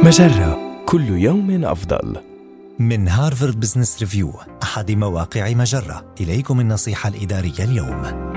مجرة، كل يوم أفضل. من هارفارد بزنس ريفيو، أحد مواقع مجرة، إليكم النصيحة الإدارية اليوم.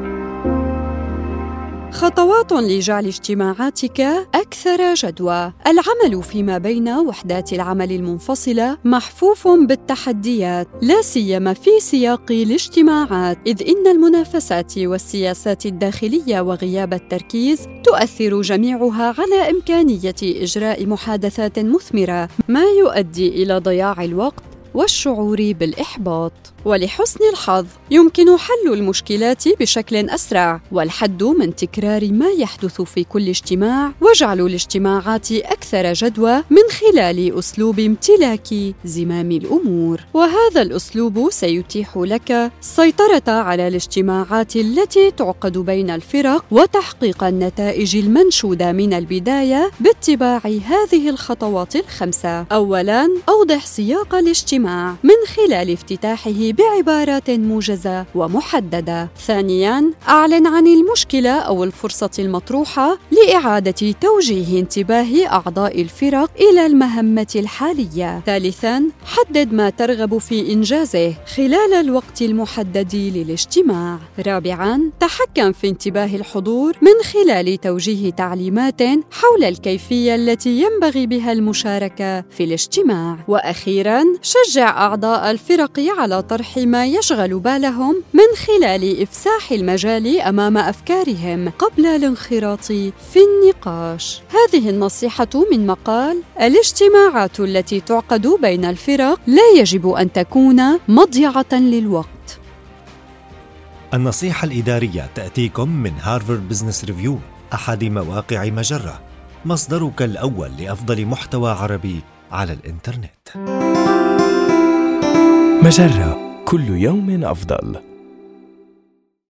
خطوات لجعل اجتماعاتك أكثر جدوى. العمل فيما بين وحدات العمل المنفصلة محفوف بالتحديات، لا سيما في سياق الاجتماعات، إذ إن المنافسات والسياسات الداخلية وغياب التركيز تؤثر جميعها على إمكانية إجراء محادثات مثمرة، ما يؤدي إلى ضياع الوقت والشعور بالإحباط. ولحسن الحظ يمكن حل المشكلات بشكل أسرع، والحد من تكرار ما يحدث في كل اجتماع، وجعل الاجتماعات أكثر جدوى من خلال أسلوب امتلاك زمام الأمور. وهذا الأسلوب سيتيح لك السيطرة على الاجتماعات التي تعقد بين الفرق، وتحقيق النتائج المنشودة من البداية باتباع هذه الخطوات الخمسة. أولاً، أوضح سياق الاجتماع من خلال افتتاحه بعبارات موجزة ومحددة. ثانياً، أعلن عن المشكلة أو الفرصة المطروحة لإعادة توجيه انتباه أعضاء الفرق إلى المهمة الحالية. ثالثاً، حدد ما ترغب في إنجازه خلال الوقت المحدد للاجتماع. رابعاً، تحكم في انتباه الحضور من خلال توجيه تعليمات حول الكيفية التي ينبغي بها المشاركة في الاجتماع. وأخيراً، شجع أعضاء الفرق على طرح ما يشغل بالهم من خلال إفساح المجال أمام أفكارهم قبل الانخراط في النقاش. هذه النصيحة من مقال: الاجتماعات التي تعقد بين الفرق لا يجب أن تكون مضيعة للوقت. النصيحة الإدارية تأتيكم من هارفارد بزنس ريفيو، أحد مواقع مجرة، مصدرك الأول لأفضل محتوى عربي على الإنترنت. مجرة، كل يوم أفضل.